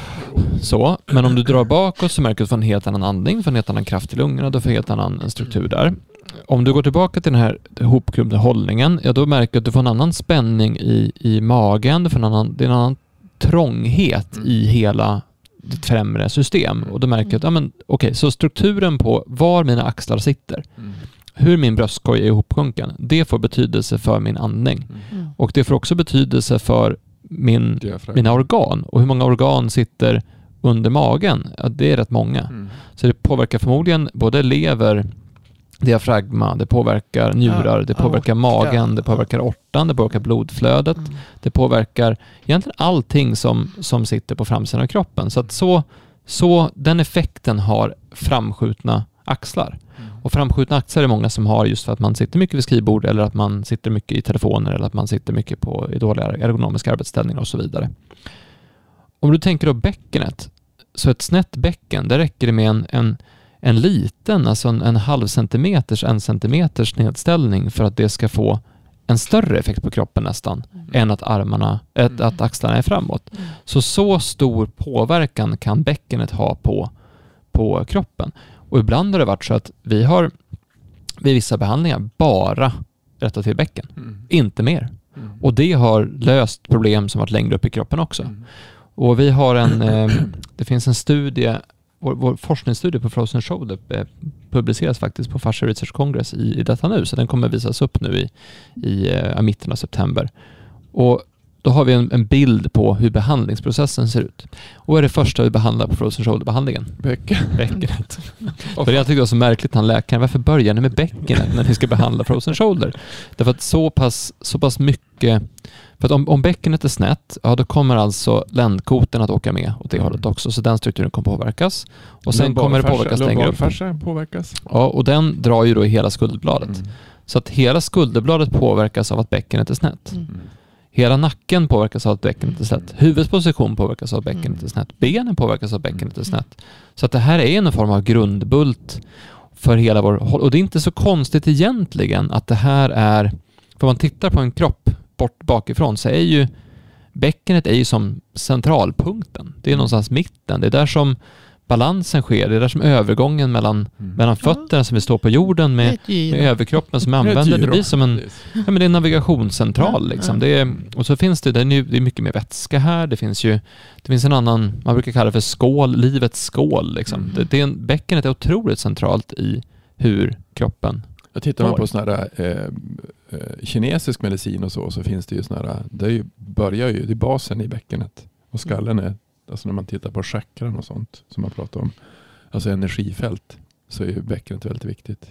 så. Men om du drar bakåt så märker du att du får en helt annan andning, får en helt annan kraft i lungorna, du får en helt annan struktur där. Om du går tillbaka till den här ihopkrumpna hållningen, ja, då märker du att du får en annan spänning i, i magen, du får en annan, det är en annan trånghet mm. i hela ditt främre system. Och då märker jag att, ja, men, okej, så strukturen på var mina axlar sitter, mm. hur min bröstkorg är ihopsjunken, det får betydelse för min andning. Mm. Och det får också betydelse för min, mina organ. Och hur många organ sitter under magen? Ja, det är rätt många. Mm. Så det påverkar förmodligen både lever, diafragma, det påverkar njurar, det påverkar magen, det påverkar ortan, det påverkar blodflödet, mm. det påverkar egentligen allting som, som sitter på framsidan av kroppen. Så att så, så den effekten har framskjutna axlar. Mm. Och framskjutna axlar är många som har just för att man sitter mycket vid skrivbord, eller att man sitter mycket i telefoner, eller att man sitter mycket på i dåliga ergonomiska arbetsställningar och så vidare. Om du tänker då bäckenet, så ett snett bäcken, där räcker det med en, en en liten, alltså en, en halv centimeters, en centimeters nedställning för att det ska få en större effekt på kroppen nästan mm. än att armarna, ett, att axlarna är framåt. Mm. Så så stor påverkan kan bäckenet ha på, på kroppen. Och ibland har det varit så att vi har vid vissa behandlingar bara rättat till bäcken, mm. inte mer. Mm. Och det har löst problem som varit längre upp i kroppen också. Mm. Och vi har en, eh, det finns en studie, Vår, vår forskningsstudie på Frozen Shoulder eh, publiceras faktiskt på Fascia Research Congress i, i detta nu, så den kommer visas upp nu i, i eh, mitten av september. Och då har vi en, en bild på hur behandlingsprocessen ser ut. Och vad är det första vi behandlar på Frozen Shoulder-behandlingen? Bäcken. Bäckenet. För jag tyckte det var så märkligt, han läkaren, varför börjar ni med bäckenet när ni ska behandla Frozen Shoulder? Därför att så pass, så pass mycket. För att om, om bäckenet är snett, ja, då kommer alltså ländkoten att åka med åt det hållet också. Så den strukturen kommer påverkas. Och sen kommer det påverkas längre upp. Påverkas. Ja, och den drar ju då i hela skulderbladet. Mm. Så att hela skulderbladet påverkas av att bäckenet är snett. Mm. Hela nacken påverkas av att bäckenet är snett. Huvudets position påverkas av att bäckenet är snett. Benen påverkas av att bäckenet är snett. Så att det här är en form av grundbult för hela vår... Och det är inte så konstigt egentligen att det här är... För man tittar på en kropp bort bakifrån, så är ju bäckenet är ju som centralpunkten. Det är någonstans mitten. Det är där som balansen sker. Det är där som övergången mellan, mm. mellan fötterna som vi står på jorden med, med överkroppen som använder. Det blir som en, ja, men det är en navigationscentral. Liksom. Det är, och så finns det, det är, det är mycket mer vätska här. Det finns ju det finns en annan, man brukar kalla det för skål, livets skål. Liksom. Mm. Det, det är en, bäckenet är otroligt centralt i hur kroppen. Jag tittar man på sån här eh, eh, kinesisk medicin och så, så finns det ju sån här, det är ju, börjar ju, det är basen i bäckenet. Och skallen är, alltså när man tittar på chakran och sånt som man pratar om, alltså energifält, så är ju bäckenet väldigt viktigt.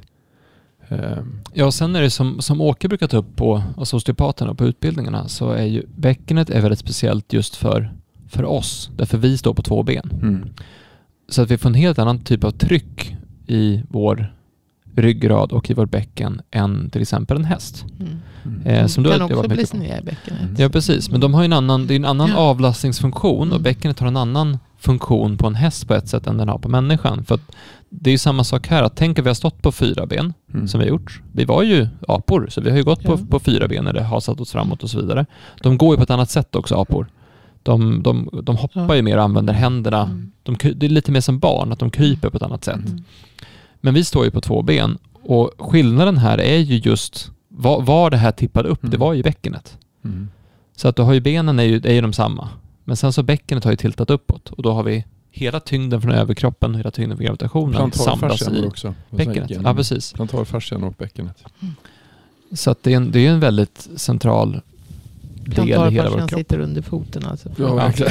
Um. Ja, och sen är det som, som Åke brukar ta upp på, alltså osteopaterna på utbildningarna, så är ju bäckenet är väldigt speciellt just för, för oss, därför vi står på två ben. Mm. Så att vi får en helt annan typ av tryck i vår ryggrad och i vårt bäcken än till exempel en häst. Mm. Mm. Eh, som du kan också bli sned i bäckenet. Mm. Ja, precis. Men de har ju en annan, det är en annan ja. avlastningsfunktion mm. och bäckenet har en annan funktion på en häst på ett sätt än den har på människan. För att det är ju samma sak här. Att tänk att vi har stått på fyra ben mm. som vi har gjort. Vi var ju apor, så vi har ju gått ja. på, på fyra ben när det har satt oss framåt och så vidare. De går ju på ett annat sätt också, apor. De, de, de hoppar ja. ju mer och använder händerna. Mm. De, det är lite mer som barn, att de kryper på ett annat sätt. Mm. Men vi står ju på två ben, och skillnaden här är ju just var, var det här tippade upp, mm. det var ju bäckenet. Mm. Så att du har ju benen är ju, är ju de samma. Men sen så bäckenet har ju tiltat uppåt, och då har vi hela tyngden från överkroppen och hela tyngden från gravitationen samlas i också. bäckenet. Ja, precis. Plantarfascian och bäckenet. Mm. Så att det är en, det är en väldigt central del i hela vår kropp. Sitter under foten alltså. Ja, verkligen.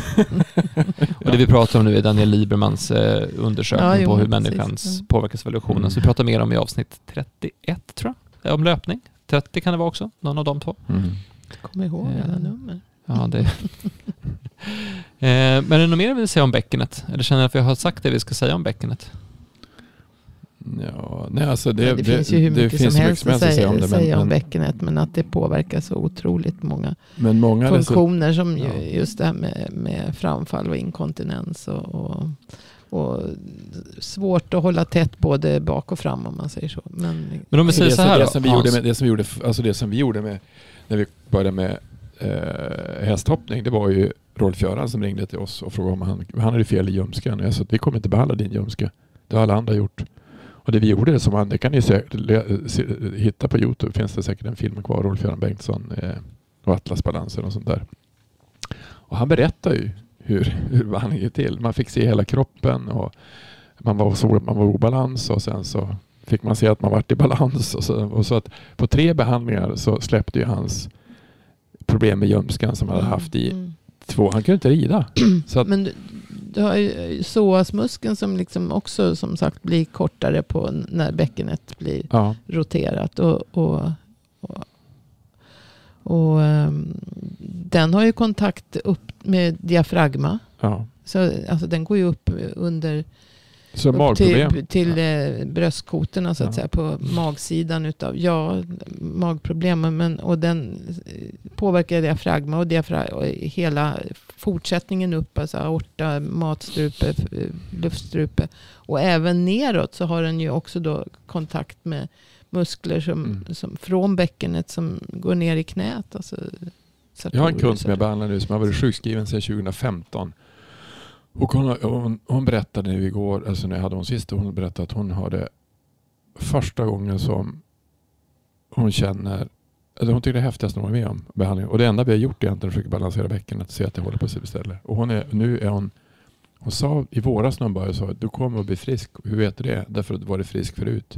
Och det vi pratar om nu är Daniel Liebermans eh, undersökning ja, jo, på hur människans ja. påverkas av evolutionen. Mm. Så vi pratar mer om i avsnitt trettioett, tror jag. Om löpning. trettio kan det vara också, någon av de två. Mm. Kom ihåg alla nummer. Ja, det. eh, men är det något mer vi vill säga om bäckenet? Eller känner att vi har sagt det vi ska säga om bäckenet? Ja, nej, alltså det, det, det finns ju hur mycket det som helst att säga, säga om, det, säga men, om bäckenet, men att det påverkar så otroligt många, men många funktioner så, som ja. just det här med, med framfall och inkontinens och, och, och svårt att hålla tätt både bak och fram om man säger så. Men, men om vi säger det, så här det, då, som vi gjorde med, det som vi gjorde, alltså det som vi gjorde med när vi började med eh, hästhoppning, det var ju Rolf Göran som ringde till oss och frågade om han, han hade fel i ljumsken. Jag sa att vi kommer inte behandla din ljumske. Det har alla andra gjort. Och det vi gjorde, som man, det kan ni se, se, hitta på YouTube, finns det säkert en film kvar, Rolf-Göran Bengtsson eh, och Atlasbalansen och sånt där. Och han berättar ju hur, hur behandlingen gick till. Man fick se hela kroppen och man var, så, man var i obalans och sen så fick man se att man var i balans. Och så, och så att på tre behandlingar så släppte ju hans problem med ljumskan som han hade haft i mm. två. Han kunde inte rida. Så att, men du har ju psoasmuskeln som liksom också som sagt blir kortare på när bäckenet blir ja. roterat och, och, och, och um, den har ju kontakt upp med diafragma. Ja. Så alltså den går ju upp under så upp till, till eh, bröstkotorna så att ja. säga på magsidan utav ja magproblemen, men och den påverkar diafragma och, diafra, och hela fortsättningen upp, alltså aorta, matstrupe, luftstrupe och även neråt så har den ju också då kontakt med muskler som, mm. som från bäckenet som går ner i knät, alltså, jag har en kund som jag behandlar nu som har varit sjukskriven sedan tjugo femton. Och hon, hon, hon berättade nu igår, alltså när jag hade hon sist, hon berättade att hon hade första gången som hon känner, alltså hon tycker det är häftigast hon var med om behandling. Och det enda vi har gjort är egentligen att försöka balansera bäckenet och se att det håller på sig istället. Och hon är, nu är hon, hon sa i våras när hon började sa du kommer att bli frisk. Hur vet du det? Därför att du var frisk förut.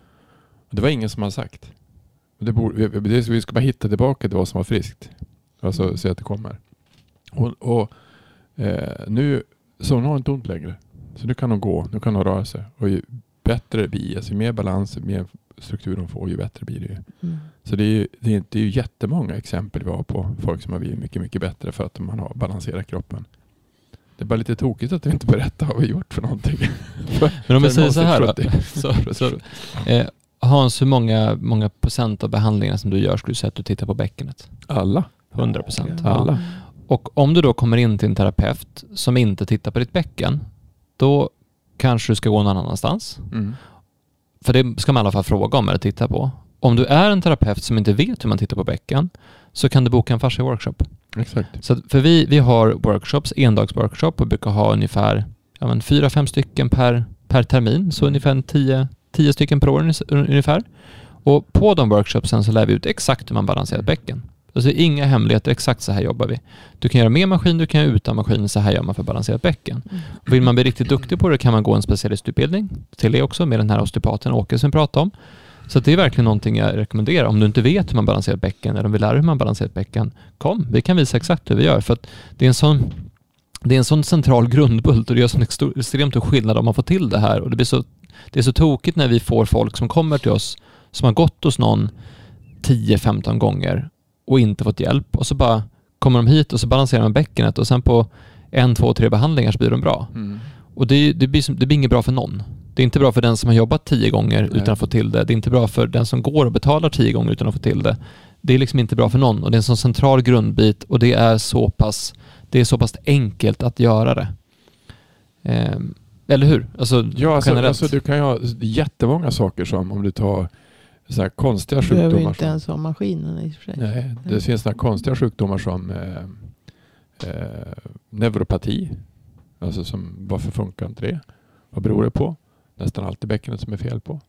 Och det var ingen som har sagt. Det borde, vi, vi ska bara hitta tillbaka till vad som var friskt. Alltså se att det kommer. Och, och eh, nu så hon har inte ont längre. Så nu kan hon gå, nu kan hon röra sig. Och ju bättre det blir, alltså ju mer balans, ju mer struktur hon får, ju bättre blir det ju. Mm. Så det är ju, det är, det är ju jättemånga exempel vi har på folk som har blivit mycket, mycket bättre för att man har balanserat kroppen. Det är bara lite tokigt att vi inte berättar vad vi gjort för någonting. Men om vi säger så här då. så, så, eh, Hans, hur många, många procent av behandlingarna som du gör skulle du säga att du tittar på bäckenet? Alla. hundra procent. Ja. Alla. Och om du då kommer in till en terapeut som inte tittar på ditt bäcken, då kanske du ska gå någon annanstans. Mm. För det ska man i alla fall fråga om eller titta på. Om du är en terapeut som inte vet hur man tittar på bäcken, så kan du boka en fascia-workshop. Exakt. Så för vi, vi har workshops, endagsworkshop, och brukar ha ungefär ja, men fyra, fem stycken per, per termin. Så ungefär tio, tio stycken per år ungefär. Och på de workshopsen så lär vi ut exakt hur man balanserar bäcken. Alltså inga hemligheter, exakt så här jobbar vi. Du kan göra med maskin, du kan göra utan maskin, så här gör man för balanserat bäcken. Mm. Vill man bli riktigt duktig på det kan man gå en specialistutbildning till det också, med den här osteopaten Åke som pratade om. Så det är verkligen någonting jag rekommenderar. Om du inte vet hur man balanserar bäcken eller om vi lär hur man balanserar bäcken, kom, vi kan visa exakt hur vi gör. För att det är en sån, det är en sån central grundbult och det gör sån extremt stor skillnad om man får till det här. Och det blir så, det är så tokigt när vi får folk som kommer till oss som har gått hos någon tio femton gånger och inte fått hjälp. Och så bara kommer de hit och så balanserar man bäckenet och sen på en, två, tre behandlingar så blir de bra. Mm. Och det, det, blir som, det blir inget bra för någon. Det är inte bra för den som har jobbat tio gånger Nej. utan att få till det. Det är inte bra för den som går och betalar tio gånger utan att få till det. Det är liksom inte bra för någon. Och det är en sån central grundbit och det är så pass, det är så pass enkelt att göra det. Eh, eller hur? Alltså, ja, alltså, alltså du kan ju ha jättemånga saker som om du tar så här konstiga sjukdomar. Du behöver inte som, ens ha maskinen i och för sig. Nej, det mm. finns såna konstiga sjukdomar som eh, eh, neuropati. Alltså som, varför funkar inte det? Vad beror det på? Nästan alltid bäckenet som är fel på.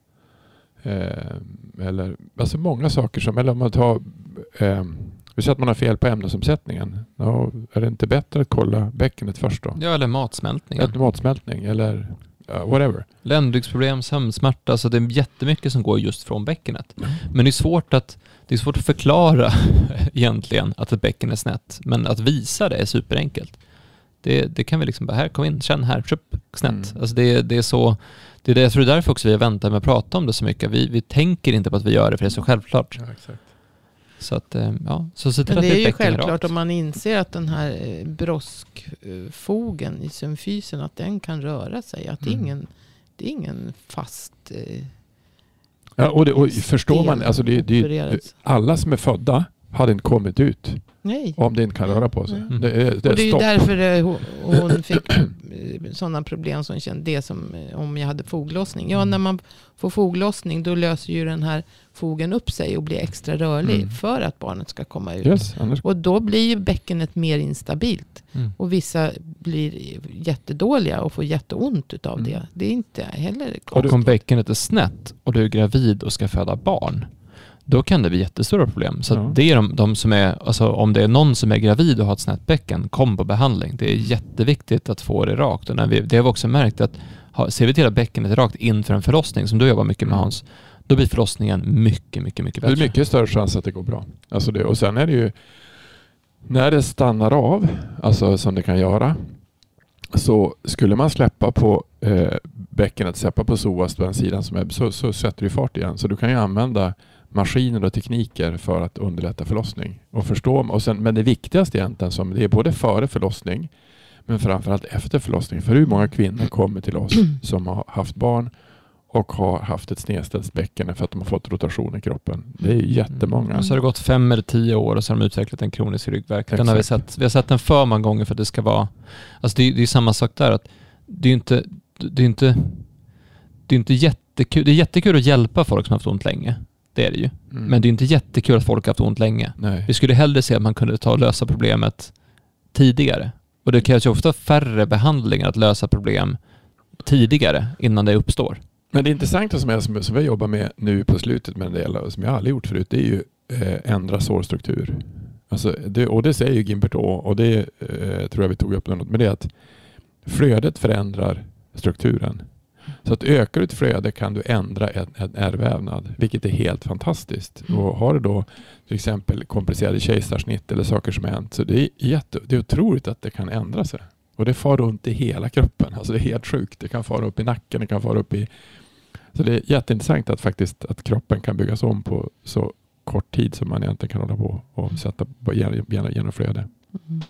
Eh, eller, alltså många saker som, eller om man tar, eh, vi säger att man har fel på ämnesomsättningen. Ja, är det inte bättre att kolla bäckenet först då? Ja, eller matsmältning. Eller matsmältning, eller uh, whatever. Ländryggsproblem, sömnsmärta, alltså det är jättemycket som går just från bäckenet. Mm. Men det är svårt att, det är svårt att förklara egentligen att ett bäcken är snett. Men att visa det är superenkelt. Det, det kan vi liksom bara, här, kom in, känn här, köp snett. Mm. Alltså det, det är så, det är det, jag tror det är därför också vi har väntat med att prata om det så mycket. Vi, vi tänker inte på att vi gör det för det är så självklart. Ja, exakt. Så att, eh, ja, så se till Men att det är ju bäcken självklart rakt. om man inser att den här eh, broskfogen i symfysen, att den kan röra sig. Att det är Mm. ingen, det är ingen fast... Eh, Ja, och, det, och förstår man, alltså det, det, opererad. alla som är födda hade inte kommit ut Nej. om det inte kan röra på sig. Mm. Det är, det Och är det är ju stopp. därför eh, hon, hon fick sådana problem som kände det som eh, om jag hade foglossning. Ja, när man får foglossning då löser ju den här fogen upp sig och blir extra rörlig Mm. för att barnet ska komma ut. Yes, annars, Och då blir ju bäckenet mer instabilt. Mm. Och vissa blir jättedåliga och får jätteont utav Mm. det. Det är inte heller Och konstigt. om bäckenet är snett och du är gravid och ska föda barn, då kan det bli jättestora problem. Så Ja. att det är de, de som är, alltså om det är någon som är gravid och har ett snett bäcken, kom på behandling. Det är jätteviktigt att få det rakt. Och när vi, det har vi också märkt att ha, ser vi till att bäckenet är rakt inför en förlossning, som du jobbar mycket med Hans, då blir förlossningen mycket, mycket, mycket det bättre. är mycket större chans att det går bra. Alltså det, och sen är det ju när det stannar av, alltså som det kan göra, så skulle man släppa på eh, bäckenet, släppa på S O A S på den sidan som är, så, så sätter du fart igen. Så du kan ju använda maskiner och tekniker för att underlätta förlossning. Och förstå, och sen, men det viktigaste egentligen, som det är både före förlossning men framförallt efter förlossning. För hur många kvinnor kommer till oss som har haft barn och har haft ett snedställt bäcken för att de har fått rotation i kroppen. Det är ju jättemånga. Mm. Så har det gått fem eller tio år och så har de utvecklat en kronisk ryggvärk. Den har vi sett. Vi har sett den för många gånger för att det ska vara... Alltså det är ju samma sak där. Att det är inte... Det är inte... Det är inte jättekul. Det är jättekul att hjälpa folk som har haft ont länge. Det är det ju. Mm. Men det är inte jättekul att folk har haft ont länge. Nej. Vi skulle hellre se att man kunde ta och lösa problemet tidigare. Och det krävs ju ofta färre behandlingar att lösa problem tidigare innan det uppstår. Men det intressanta som, jag, som, som jag jobbar med nu på slutet med en del, som jag aldrig gjort förut, det är ju eh, ändra sårstruktur. Alltså det, och det säger ju Gimbert Å, och det eh, tror jag vi tog upp något med det, att flödet förändrar strukturen. Så att ökar ett flöde kan du ändra en, en ärrvävnad, vilket är helt fantastiskt. Mm. Och har du då till exempel komplicerade kejsarsnitt eller saker som har hänt, så det är, jätte, det är otroligt att det kan ändra sig. Och det far runt i hela kroppen. Alltså det är helt sjukt. Det kan fara upp i nacken, det kan fara upp i... Så det är jätteintressant att faktiskt att kroppen kan byggas om på så kort tid som man egentligen kan hålla på och sätta genom, genom flöde. Mm.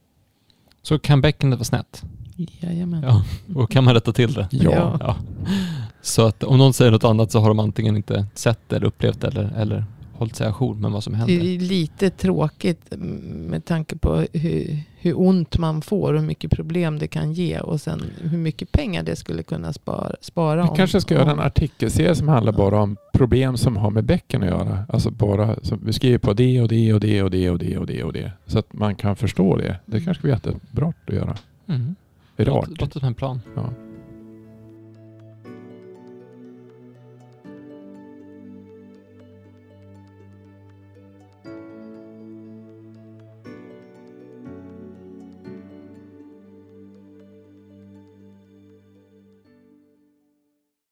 Så kan bäckenet vara snett? Jajamän. Ja, och kan man rätta till det? Ja. Ja. Så att om någon säger något annat så har de antingen inte sett eller upplevt eller, eller hållit sig ajour med vad som händer. Det är lite tråkigt med tanke på hur, hur ont man får och hur mycket problem det kan ge och sen hur mycket pengar det skulle kunna spara. spara Vi om, kanske ska om. göra en artikelserie som handlar bara om problem som har med bäcken att göra. Alltså bara, som vi skriver på det och det och det och det och det och det och det. Så att man kan förstå det. Det kanske blir jättebra att göra. Mm. Det är Låter, rart. låter som en plan. Ja.